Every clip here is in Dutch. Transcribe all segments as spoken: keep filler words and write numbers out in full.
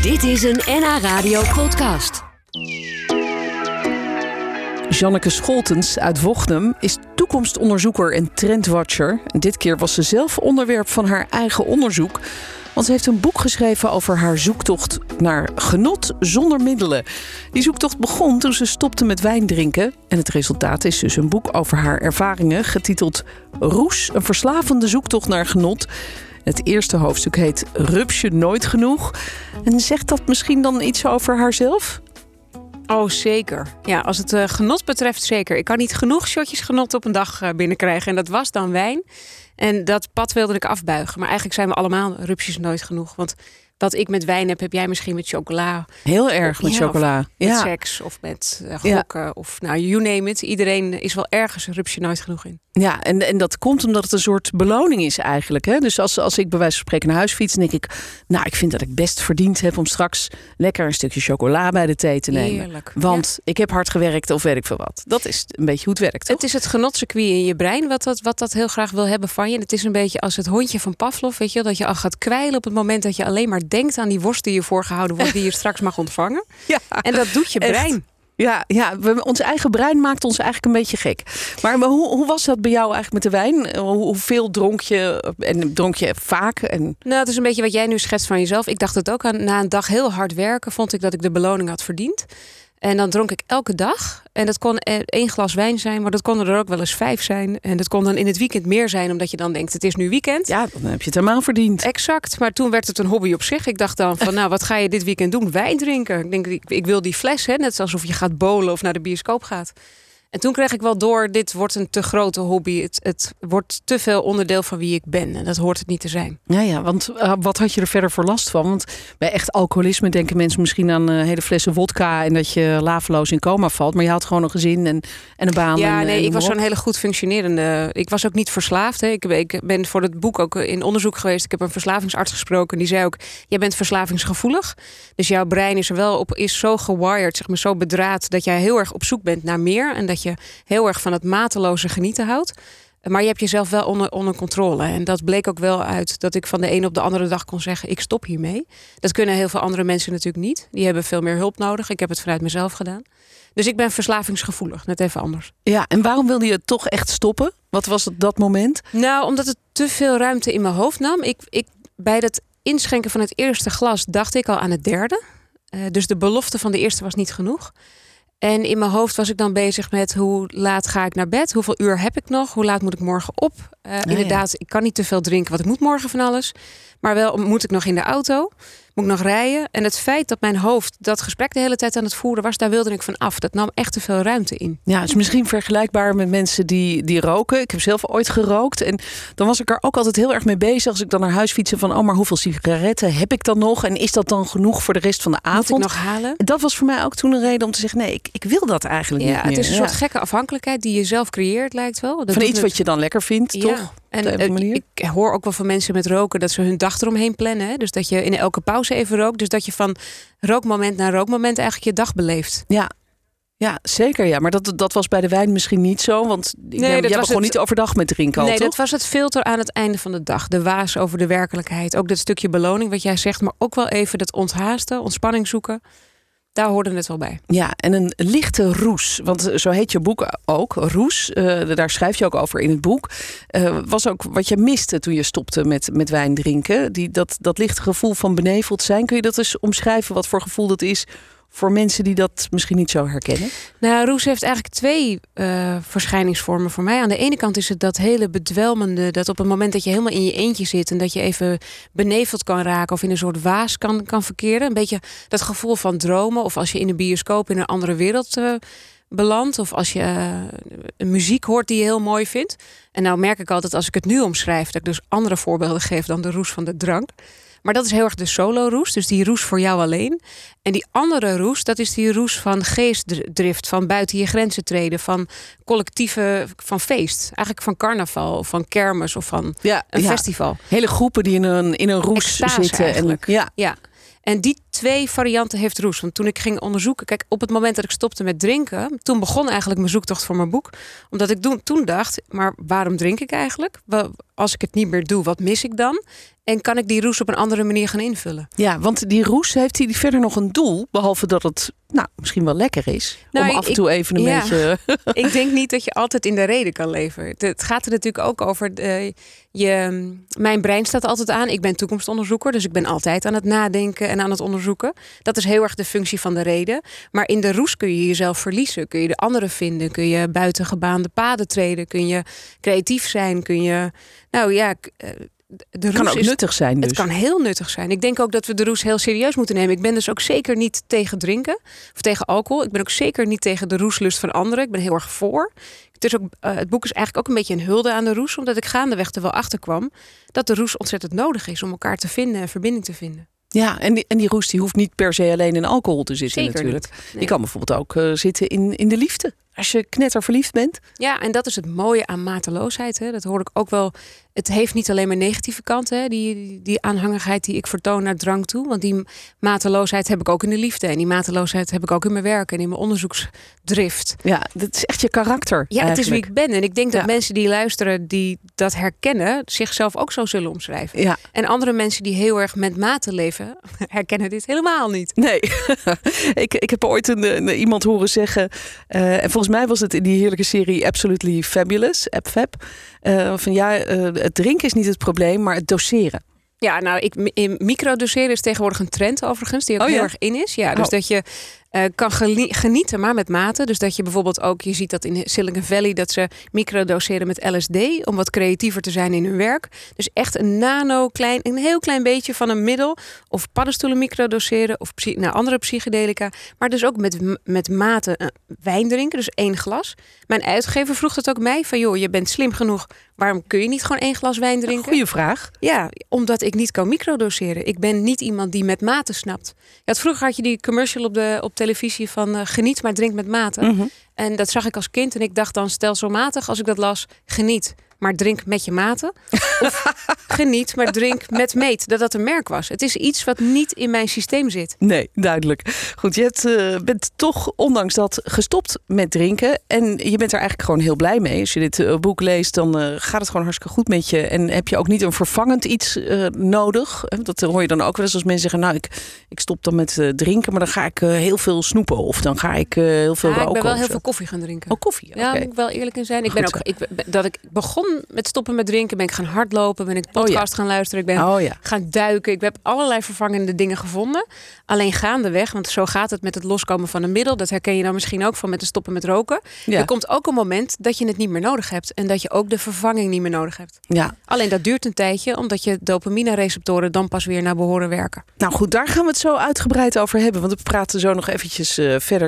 Dit is een N H Radio podcast. Janneke Scholtens uit Wognum is toekomstonderzoeker en trendwatcher. Dit keer was ze zelf onderwerp van haar eigen onderzoek. Want ze heeft een boek geschreven over haar zoektocht naar genot zonder middelen. Die zoektocht begon toen ze stopte met wijn drinken. En het resultaat is dus een boek over haar ervaringen, getiteld Roes, een verslavende zoektocht naar genot. Het eerste hoofdstuk heet Rups je nooit genoeg. En zegt dat misschien dan iets over haarzelf? Oh, zeker. Ja, als het uh, genot betreft zeker. Ik kan niet genoeg shotjes genot op een dag uh, binnenkrijgen. En dat was dan wijn. En dat pad wilde ik afbuigen. Maar eigenlijk zijn we allemaal rupsjes nooit genoeg. Want wat ik met wijn heb, heb jij misschien met chocola. Heel erg met ja, chocola. Of met ja. seks of met uh, gokken. Ja. Of nou, you name it. Iedereen is wel ergens een rupsje nooit genoeg in. Ja, en, en dat komt omdat het een soort beloning is eigenlijk. Hè? Dus als, als ik bij wijze van spreken naar huis fiets, dan denk ik, nou, ik vind dat ik best verdiend heb om straks lekker een stukje chocola bij de thee te nemen. Heerlijk. Want ja. ik heb hard gewerkt of weet ik veel wat. Dat is een beetje hoe het werkt, toch? Het is het genotcircuit in je brein wat dat, wat dat heel graag wil hebben van je. En het is een beetje als het hondje van Pavlov, weet je, dat je al gaat kwijlen op het moment dat je alleen maar denkt aan die worst die je voorgehouden wordt, die je straks mag ontvangen. Ja, en dat doet je brein. Echt. Ja, ja we, ons eigen brein maakt ons eigenlijk een beetje gek. Maar, maar hoe, hoe was dat bij jou eigenlijk met de wijn? Hoe, hoeveel dronk je? En dronk je vaak? En... Nou, het is een beetje wat jij nu schetst van jezelf. Ik dacht het ook aan. Na een dag heel hard werken vond ik dat ik de beloning had verdiend. En dan dronk ik elke dag. En dat kon één glas wijn zijn, maar dat konden er ook wel eens vijf zijn. En dat kon dan in het weekend meer zijn, omdat je dan denkt, het is nu weekend. Ja, dan heb je het helemaal verdiend. Exact, maar toen werd het een hobby op zich. Ik dacht dan van, nou, wat ga je dit weekend doen? Wijn drinken. Ik denk, ik, ik wil die fles, hè, net alsof je gaat bowlen of naar de bioscoop gaat. En toen kreeg ik wel door, dit wordt een te grote hobby. Het, het wordt te veel onderdeel van wie ik ben. En dat hoort het niet te zijn. Ja, ja, want uh, wat had je er verder voor last van? Want bij echt alcoholisme denken mensen misschien aan uh, hele flessen wodka en dat je laveloos in coma valt. Maar je had gewoon een gezin en, en een baan. Ja, en, nee, en ik was op. zo'n hele goed functionerende. Ik was ook niet verslaafd. Hè. Ik, ik ben voor het boek ook in onderzoek geweest. Ik heb een verslavingsarts gesproken. Die zei ook, jij bent verslavingsgevoelig. Dus jouw brein is er wel op, is zo gewired, zeg maar zo bedraad, dat jij heel erg op zoek bent naar meer. En dat je heel erg van het mateloze genieten houdt. Maar je hebt jezelf wel onder, onder controle. En dat bleek ook wel uit dat ik van de ene op de andere dag kon zeggen, ik stop hiermee. Dat kunnen heel veel andere mensen natuurlijk niet. Die hebben veel meer hulp nodig. Ik heb het vanuit mezelf gedaan. Dus ik ben verslavingsgevoelig, net even anders. Ja, en waarom wilde je toch echt stoppen? Wat was het dat moment? Nou, omdat het te veel ruimte in mijn hoofd nam. Ik, ik, bij het inschenken van het eerste glas dacht ik al aan het derde. Uh, dus de belofte van de eerste was niet genoeg. En in mijn hoofd was ik dan bezig met hoe laat ga ik naar bed? Hoeveel uur heb ik nog? Hoe laat moet ik morgen op? Uh, ja, inderdaad, ja. Ik kan niet te veel drinken, want ik moet morgen van alles. Maar wel moet ik nog in de auto? Moet ik nog rijden? En het feit dat mijn hoofd dat gesprek de hele tijd aan het voeren was, daar wilde ik van af. Dat nam echt te veel ruimte in. Ja, het is misschien vergelijkbaar met mensen die, die roken. Ik heb zelf ooit gerookt. En dan was ik er ook altijd heel erg mee bezig als ik dan naar huis fietsen van, oh, maar hoeveel sigaretten heb ik dan nog? En is dat dan genoeg voor de rest van de avond? Moet ik nog halen? Dat was voor mij ook toen een reden om te zeggen, nee, ik, ik wil dat eigenlijk ja, niet meer. Het is een ja. soort gekke afhankelijkheid die je zelf creëert, lijkt wel. Dat van iets het... wat je dan lekker vindt, ja. toch? En uh, ik hoor ook wel van mensen met roken dat ze hun dag eromheen plannen. Hè? Dus dat je in elke pauze even rookt. Dus dat je van rookmoment naar rookmoment eigenlijk je dag beleeft. Ja, ja zeker. Ja. Maar dat, dat was bij de wijn misschien niet zo. Want nee, jij dat was was gewoon het... niet overdag met drinken al, Nee, toch? dat was het filter aan het einde van de dag. De waas over de werkelijkheid. Ook dat stukje beloning wat jij zegt. Maar ook wel even dat onthaasten, ontspanning zoeken. Daar hoorde het wel bij. Ja, en een lichte roes. Want zo heet je boek ook, Roes. Uh, daar schrijf je ook over in het boek. Uh, was ook wat je miste toen je stopte met, met wijn drinken. Die, dat, dat lichte gevoel van beneveld zijn. Kun je dat eens omschrijven wat voor gevoel dat is voor mensen die dat misschien niet zo herkennen? Nou, roes heeft eigenlijk twee uh, verschijningsvormen voor mij. Aan de ene kant is het dat hele bedwelmende, dat op het moment dat je helemaal in je eentje zit en dat je even beneveld kan raken of in een soort waas kan, kan verkeren. Een beetje dat gevoel van dromen, of als je in een bioscoop in een andere wereld uh, belandt, of als je uh, een muziek hoort die je heel mooi vindt. En nou merk ik altijd als ik het nu omschrijf, dat ik dus andere voorbeelden geef dan de roes van de drank. Maar dat is heel erg de solo-roes, dus die roes voor jou alleen. En die andere roes, dat is die roes van geestdrift, van buiten je grenzen treden, van collectieve, van feest. Eigenlijk van carnaval, of van kermis, of van ja, een ja. festival. Hele groepen die in een, in een roes Extase zitten. Eigenlijk. En, ja. ja. En die twee varianten heeft roes. Want toen ik ging onderzoeken, kijk, op het moment dat ik stopte met drinken, toen begon eigenlijk mijn zoektocht voor mijn boek. Omdat ik toen dacht, maar waarom drink ik eigenlijk? als ik het niet meer doe, wat mis ik dan? En kan ik die roes op een andere manier gaan invullen? Ja, want die roes, heeft hij verder nog een doel? Behalve dat het nou, misschien wel lekker is. Nou, om af en toe ik, even een ja, beetje... Ik denk niet dat je altijd in de reden kan leven. Het, het gaat er natuurlijk ook over... De, je, mijn brein staat altijd aan. Ik ben toekomstonderzoeker. Dus ik ben altijd aan het nadenken en aan het onderzoeken. Dat is heel erg de functie van de reden. Maar in de roes kun je jezelf verliezen. Kun je de anderen vinden. Kun je buiten gebaande paden treden. Kun je creatief zijn. Kun je... Nou ja... De roes kan ook is, nuttig zijn dus. Het kan heel nuttig zijn. Ik denk ook dat we de roes heel serieus moeten nemen. Ik ben dus ook zeker niet tegen drinken of tegen alcohol. Ik ben ook zeker niet tegen de roeslust van anderen. Ik ben heel erg voor. Het, is ook, uh, het boek is eigenlijk ook een beetje een hulde aan de roes. Omdat ik gaandeweg er wel achter kwam dat de roes ontzettend nodig is om elkaar te vinden en verbinding te vinden. Ja, en die, en die roes die hoeft niet per se alleen in alcohol te zitten zeker natuurlijk. Nee. Die kan bijvoorbeeld ook uh, zitten in, in de liefde. Als je knetter verliefd bent. Ja, en dat is het mooie aan mateloosheid. Hè. Dat hoor ik ook wel. Het heeft niet alleen maar negatieve kanten. Hè. Die, die, die aanhangerheid die ik vertoon naar drank toe. Want die mateloosheid heb ik ook in de liefde. En die mateloosheid heb ik ook in mijn werk en in mijn onderzoeksdrift. Ja, dat is echt je karakter. Ja, eigenlijk. het is wie ik ben. En ik denk dat ja. mensen die luisteren, die dat herkennen, zichzelf ook zo zullen omschrijven. Ja. En andere mensen die heel erg met mate leven, herkennen dit helemaal niet. Nee, ik, ik heb ooit een, een, iemand horen zeggen, uh, en volgens mij was het in die heerlijke serie Absolutely Fabulous, AbFab, uh, van ja, uh, het drinken is niet het probleem, maar het doseren. Ja, nou, ik, in microdoseren is tegenwoordig een trend overigens, die ook oh, heel ja? erg in is. Ja, dus oh. dat je uh, kan genieten, maar met mate. Dus dat je bijvoorbeeld ook, je ziet dat in Silicon Valley, dat ze microdoseren met L S D, om wat creatiever te zijn in hun werk. Dus echt een nano, klein, een heel klein beetje van een middel. Of paddenstoelen microdoseren, of psy- nou, andere psychedelica. Maar dus ook met, met mate uh, wijn drinken, dus één glas. Mijn uitgever vroeg dat ook mij, van joh, je bent slim genoeg, waarom kun je niet gewoon één glas wijn drinken? Goeie vraag. Ja, omdat ik niet kan microdoseren. Ik ben niet iemand die met mate snapt. Ja, vroeger had je die commercial op, de, op televisie van uh, geniet, maar drink met mate. Mm-hmm. En dat zag ik als kind en ik dacht dan stelselmatig als ik dat las, geniet, maar drink met je mate. Of geniet, maar drink met meet. Dat dat een merk was. Het is iets wat niet in mijn systeem zit. Nee, duidelijk. Goed, je hebt, uh, bent toch ondanks dat gestopt met drinken. En je bent er eigenlijk gewoon heel blij mee. Als je dit uh, boek leest, dan uh, gaat het gewoon hartstikke goed met je. En heb je ook niet een vervangend iets uh, nodig. Dat hoor je dan ook wel eens als mensen zeggen, nou, ik, ik stop dan met uh, drinken, maar dan ga ik uh, heel veel snoepen. Of dan ga ik uh, heel veel ja, roken. Ik ben wel heel zo. veel koffie gaan drinken. Oh, koffie. Ja, okay. moet ik wel eerlijk in zijn. Ik goed. ben ook, ik, dat ik begon met stoppen met drinken, ben ik gaan hardlopen, ben ik podcast oh, ja. gaan luisteren, ik ben oh, ja. gaan duiken. Ik heb allerlei vervangende dingen gevonden. Alleen gaandeweg, want zo gaat het met het loskomen van een middel. Dat herken je dan misschien ook van met het stoppen met roken. Ja. Er komt ook een moment dat je het niet meer nodig hebt en dat je ook de vervanging niet meer nodig hebt. Ja. Alleen dat duurt een tijdje, omdat je dopamine-receptoren dan pas weer naar behoren werken. Nou goed, daar gaan we het zo uitgebreid over hebben, want we praten zo nog eventjes uh, verder.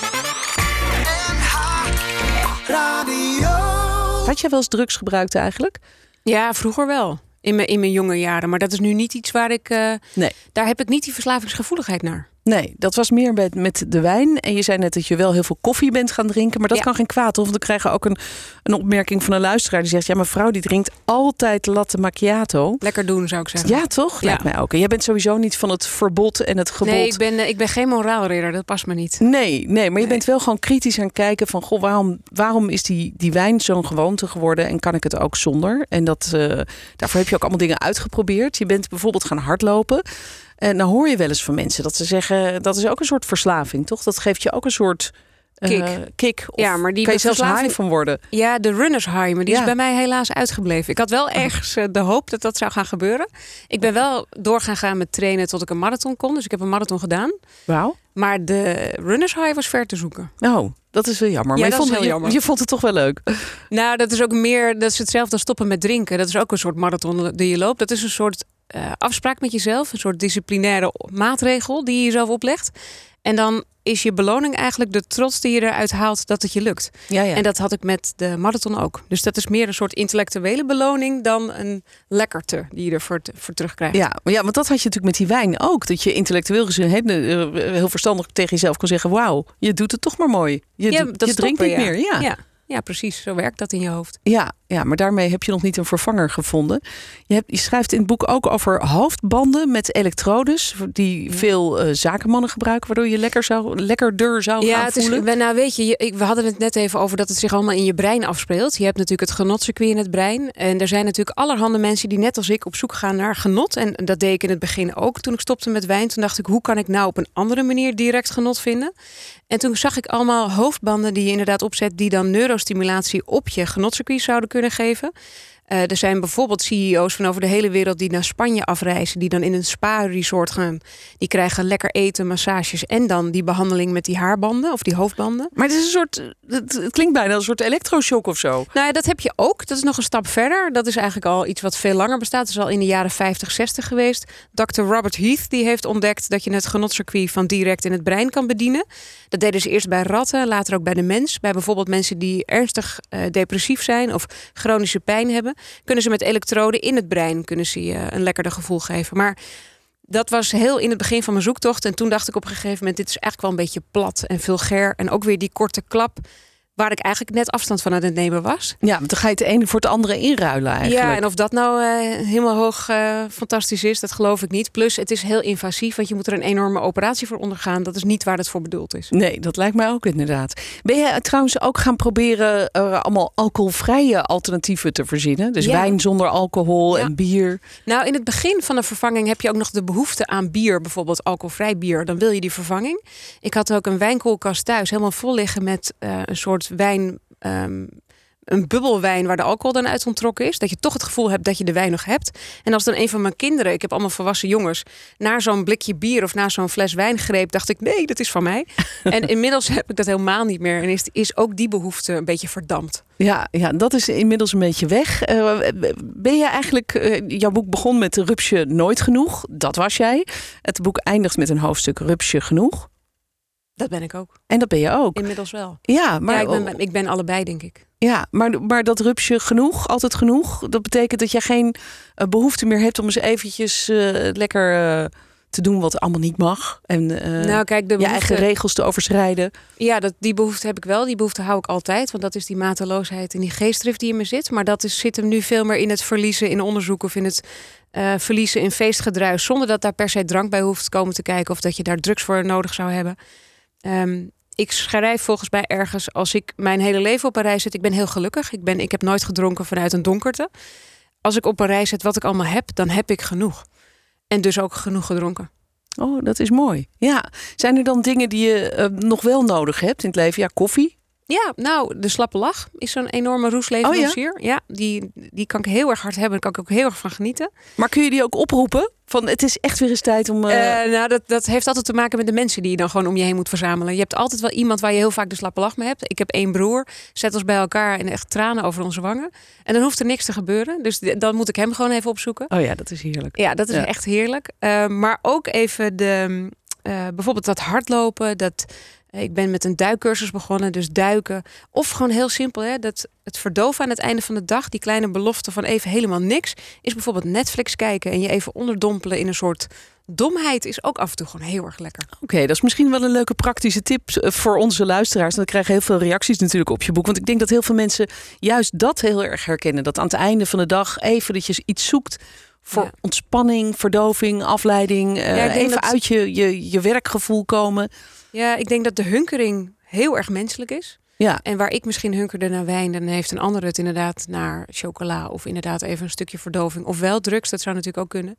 Had jij wel eens drugs gebruikt eigenlijk? Ja, vroeger wel. In mijn, in mijn jonge jaren. Maar dat is nu niet iets waar ik... Uh, nee. Daar heb ik niet die verslavingsgevoeligheid naar. Nee, dat was meer met, met de wijn. En je zei net dat je wel heel veel koffie bent gaan drinken. Maar dat ja. kan geen kwaad. Of we krijgen ook een, een opmerking van een luisteraar die zegt, ja, mijn vrouw die drinkt altijd latte macchiato. Lekker doen, zou ik zeggen. Ja, toch? Ja. Lijkt mij ook. En jij bent sowieso niet van het verbod en het gebod. Nee, ik ben, ik ben geen moraalridder. Dat past me niet. Nee, nee, maar je nee. bent wel gewoon kritisch aan kijken van, goh, waarom, waarom is die, die wijn zo'n gewoonte geworden en kan ik het ook zonder? En dat, uh, daarvoor heb je ook allemaal dingen uitgeprobeerd. Je bent bijvoorbeeld gaan hardlopen. En dan hoor je wel eens van mensen dat ze zeggen, dat is ook een soort verslaving, toch? Dat geeft je ook een soort uh, kick. kick. Of ja, maar die kan je zelfs verslaving... high van worden. Ja, de runners high, maar die ja. is bij mij helaas uitgebleven. Ik had wel ergens uh, de hoop dat dat zou gaan gebeuren. Ik ben wel door gaan gaan met trainen tot ik een marathon kon. Dus ik heb een marathon gedaan. Wauw. Maar de runners high was ver te zoeken. Oh, dat is wel jammer. Ja, maar je dat vond, is heel je, jammer. je vond het toch wel leuk? Nou, dat is ook meer, dat is hetzelfde als stoppen met drinken. Dat is ook een soort marathon die je loopt. Dat is een soort uh, afspraak met jezelf. Een soort disciplinaire maatregel die je jezelf oplegt. En dan is je beloning eigenlijk de trots die je eruit haalt dat het je lukt. Ja, ja. En dat had ik met de marathon ook. Dus dat is meer een soort intellectuele beloning dan een lekkerte die je ervoor te, voor terugkrijgt. Ja, maar ja, want dat had je natuurlijk met die wijn ook. Dat je intellectueel gezien heel, heel verstandig tegen jezelf kon zeggen, wauw, je doet het toch maar mooi. Je, ja, doet, dat je drinkt stoppen, niet ja. meer. Ja. Ja. Ja, precies. Zo werkt dat in je hoofd. Ja, ja, maar daarmee heb je nog niet een vervanger gevonden. Je, hebt, je schrijft in het boek ook over hoofdbanden met elektrodes die ja. veel uh, zakenmannen gebruiken, waardoor je lekker zou, lekkerder zou ja, gaan het voelen. Is, nou weet je, je, we hadden het net even over dat het zich allemaal in je brein afspeelt. Je hebt natuurlijk het genotcircuit in het brein. En er zijn natuurlijk allerhande mensen die net als ik op zoek gaan naar genot. En dat deed ik in het begin ook toen ik stopte met wijn. Toen dacht ik, hoe kan ik nou op een andere manier direct genot vinden? En toen zag ik allemaal hoofdbanden die je inderdaad opzet, die dan neurostimulatie op je genotcircuit zouden kunnen geven. Uh, er zijn bijvoorbeeld C E O's van over de hele wereld die naar Spanje afreizen, die dan in een spa-resort gaan. Die krijgen lekker eten, massages en dan die behandeling met die haarbanden of die hoofdbanden. Maar het is een soort, het, het klinkt bijna als een soort elektroshock of zo. Nou ja, dat heb je ook. Dat is nog een stap verder. Dat is eigenlijk al iets wat veel langer bestaat. Dat is al in de jaren vijftig, zestig geweest. dokter Robert Heath die heeft ontdekt dat je het genotcircuit van direct in het brein kan bedienen. Dat deden ze eerst bij ratten, later ook bij de mens. Bij bijvoorbeeld mensen die ernstig uh, depressief zijn of chronische pijn hebben, kunnen ze met elektroden in het brein kunnen ze je een lekkerder gevoel geven. Maar dat was heel in het begin van mijn zoektocht. En toen dacht ik op een gegeven moment, dit is eigenlijk wel een beetje plat en vulgair. En ook weer die korte klap, waar ik eigenlijk net afstand van aan het nemen was. Ja, want dan ga je het ene voor het andere inruilen eigenlijk. Ja, en of dat nou uh, helemaal hoog uh, fantastisch is, dat geloof ik niet. Plus, het is heel invasief, want je moet er een enorme operatie voor ondergaan. Dat is niet waar het voor bedoeld is. Nee, dat lijkt mij ook inderdaad. Ben jij trouwens ook gaan proberen uh, allemaal alcoholvrije alternatieven te verzinnen? Dus ja. wijn zonder alcohol ja. en bier. Nou, in het begin van de vervanging heb je ook nog de behoefte aan bier. Bijvoorbeeld alcoholvrij bier. Dan wil je die vervanging. Ik had ook een wijnkoelkast thuis helemaal vol liggen met uh, een soort wijn, um, een bubbelwijn waar de alcohol dan uit onttrokken is. Dat je toch het gevoel hebt dat je de wijn nog hebt. En als dan een van mijn kinderen, ik heb allemaal volwassen jongens, naar zo'n blikje bier of naar zo'n fles wijn greep, dacht ik, nee, dat is van mij. En inmiddels heb ik dat helemaal niet meer. En is, is ook die behoefte een beetje verdampt. Ja, ja, dat is inmiddels een beetje weg. Uh, ben je eigenlijk, uh, jouw boek begon met Rupsje nooit genoeg. Dat was jij. Het boek eindigt met een hoofdstuk Rupsje genoeg. Dat ben ik ook. En dat ben je ook. Inmiddels wel. Ja, maar ja, ik, ben, ik ben allebei, denk ik. Ja, maar, maar dat rupsje genoeg, altijd genoeg, dat betekent dat je geen uh, behoefte meer hebt om eens eventjes uh, lekker uh, te doen wat allemaal niet mag. En uh, nou, kijk, de behoefte, je eigen regels te overschrijden. Ja, dat, die behoefte heb ik wel. Die behoefte hou ik altijd. Want dat is die mateloosheid en die geestdrift die in me zit. Maar dat is, zit hem nu veel meer in het verliezen in onderzoek of in het uh, verliezen in feestgedruis. Zonder dat daar per se drank bij hoeft te komen te kijken of dat je daar drugs voor nodig zou hebben. Um, ik schrijf volgens mij ergens, als ik mijn hele leven op een reis zit, ik ben heel gelukkig. Ik, ben, ik heb nooit gedronken vanuit een donkerte. Als ik op een reis zit wat ik allemaal heb, dan heb ik genoeg. En dus ook genoeg gedronken. Oh, dat is mooi. Ja. Zijn er dan dingen die je uh, nog wel nodig hebt in het leven? Ja, koffie? Ja, nou, de slappe lach is zo'n enorme roesleverancier. Oh ja? Ja, die, die kan ik heel erg hard hebben. Daar kan ik ook heel erg van genieten. Maar kun je die ook oproepen? Van het is echt weer eens tijd om... Uh... Uh, nou, dat, dat heeft altijd te maken met de mensen die je dan gewoon om je heen moet verzamelen. Je hebt altijd wel iemand waar je heel vaak de slappe lach mee hebt. Ik heb één broer. Zet ons bij elkaar en echt tranen over onze wangen. En dan hoeft er niks te gebeuren. Dus dan moet ik hem gewoon even opzoeken. Oh ja, dat is heerlijk. Ja, dat is ja. echt heerlijk. Uh, maar ook even de... Uh, bijvoorbeeld dat hardlopen, dat... Ik ben met een duikcursus begonnen, dus duiken. Of gewoon heel simpel, hè, dat het verdoven aan het einde van de dag, die kleine belofte van even helemaal niks, is bijvoorbeeld Netflix kijken en je even onderdompelen in een soort domheid is ook af en toe gewoon heel erg lekker. Oké, okay, dat is misschien wel een leuke praktische tip voor onze luisteraars. Dan krijgen heel veel reacties natuurlijk op je boek. Want ik denk dat heel veel mensen juist dat heel erg herkennen. Dat aan het einde van de dag even dat je iets zoekt voor ja. ontspanning, verdoving, afleiding. Ja, uh, even dat... uit je, je, je werkgevoel komen. Ja, ik denk dat de hunkering heel erg menselijk is. Ja. En waar ik misschien hunkerde naar wijn, dan heeft een ander het inderdaad naar chocola. Of inderdaad even een stukje verdoving. Of wel drugs, dat zou natuurlijk ook kunnen.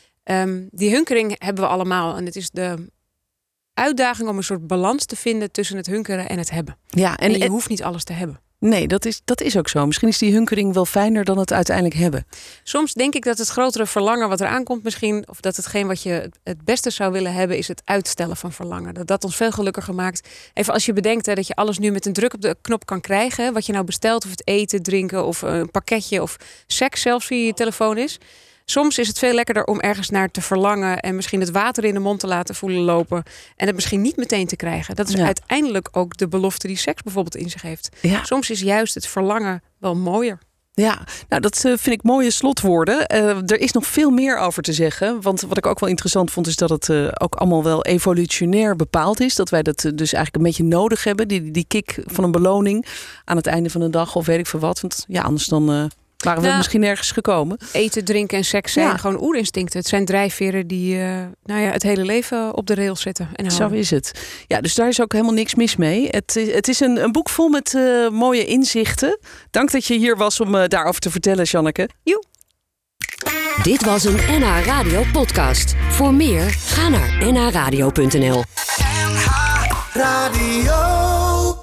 Um, die hunkering hebben we allemaal. En het is de uitdaging om een soort balans te vinden tussen het hunkeren en het hebben. Ja, en, en je en... hoeft niet alles te hebben. Nee, dat is, dat is ook zo. Misschien is die hunkering wel fijner dan het uiteindelijk hebben. Soms denk ik dat het grotere verlangen wat er aankomt misschien... of dat hetgeen wat je het beste zou willen hebben... is het uitstellen van verlangen. Dat dat ons veel gelukkiger maakt. Even als je bedenkt hè, dat je alles nu met een druk op de knop kan krijgen... wat je nou bestelt, of het eten, drinken of een pakketje... of seks zelfs via je telefoon is... Soms is het veel lekkerder om ergens naar te verlangen... en misschien het water in de mond te laten voelen lopen... en het misschien niet meteen te krijgen. Dat is ja. uiteindelijk ook de belofte die seks bijvoorbeeld in zich heeft. Ja. Soms is juist het verlangen wel mooier. Ja, nou dat uh, vind ik mooie slotwoorden. Uh, er is nog veel meer over te zeggen. Want wat ik ook wel interessant vond is dat het uh, ook allemaal wel evolutionair bepaald is. Dat wij dat uh, dus eigenlijk een beetje nodig hebben. Die, die kick van een beloning aan het einde van de dag of weet ik veel wat. Want ja, anders dan... Uh, waren we nou, misschien nergens gekomen. Eten, drinken en seks zijn ja. gewoon oerinstincten. Het zijn drijfveren die uh, nou ja, het hele leven op de rails zetten. En Zo is het. Ja, dus daar is ook helemaal niks mis mee. Het, het is een, een boek vol met uh, mooie inzichten. Dank dat je hier was om uh, daarover te vertellen, Janneke. Joe. Dit was een N H Radio podcast. Voor meer, ga naar n h radio punt n l. N H Radio.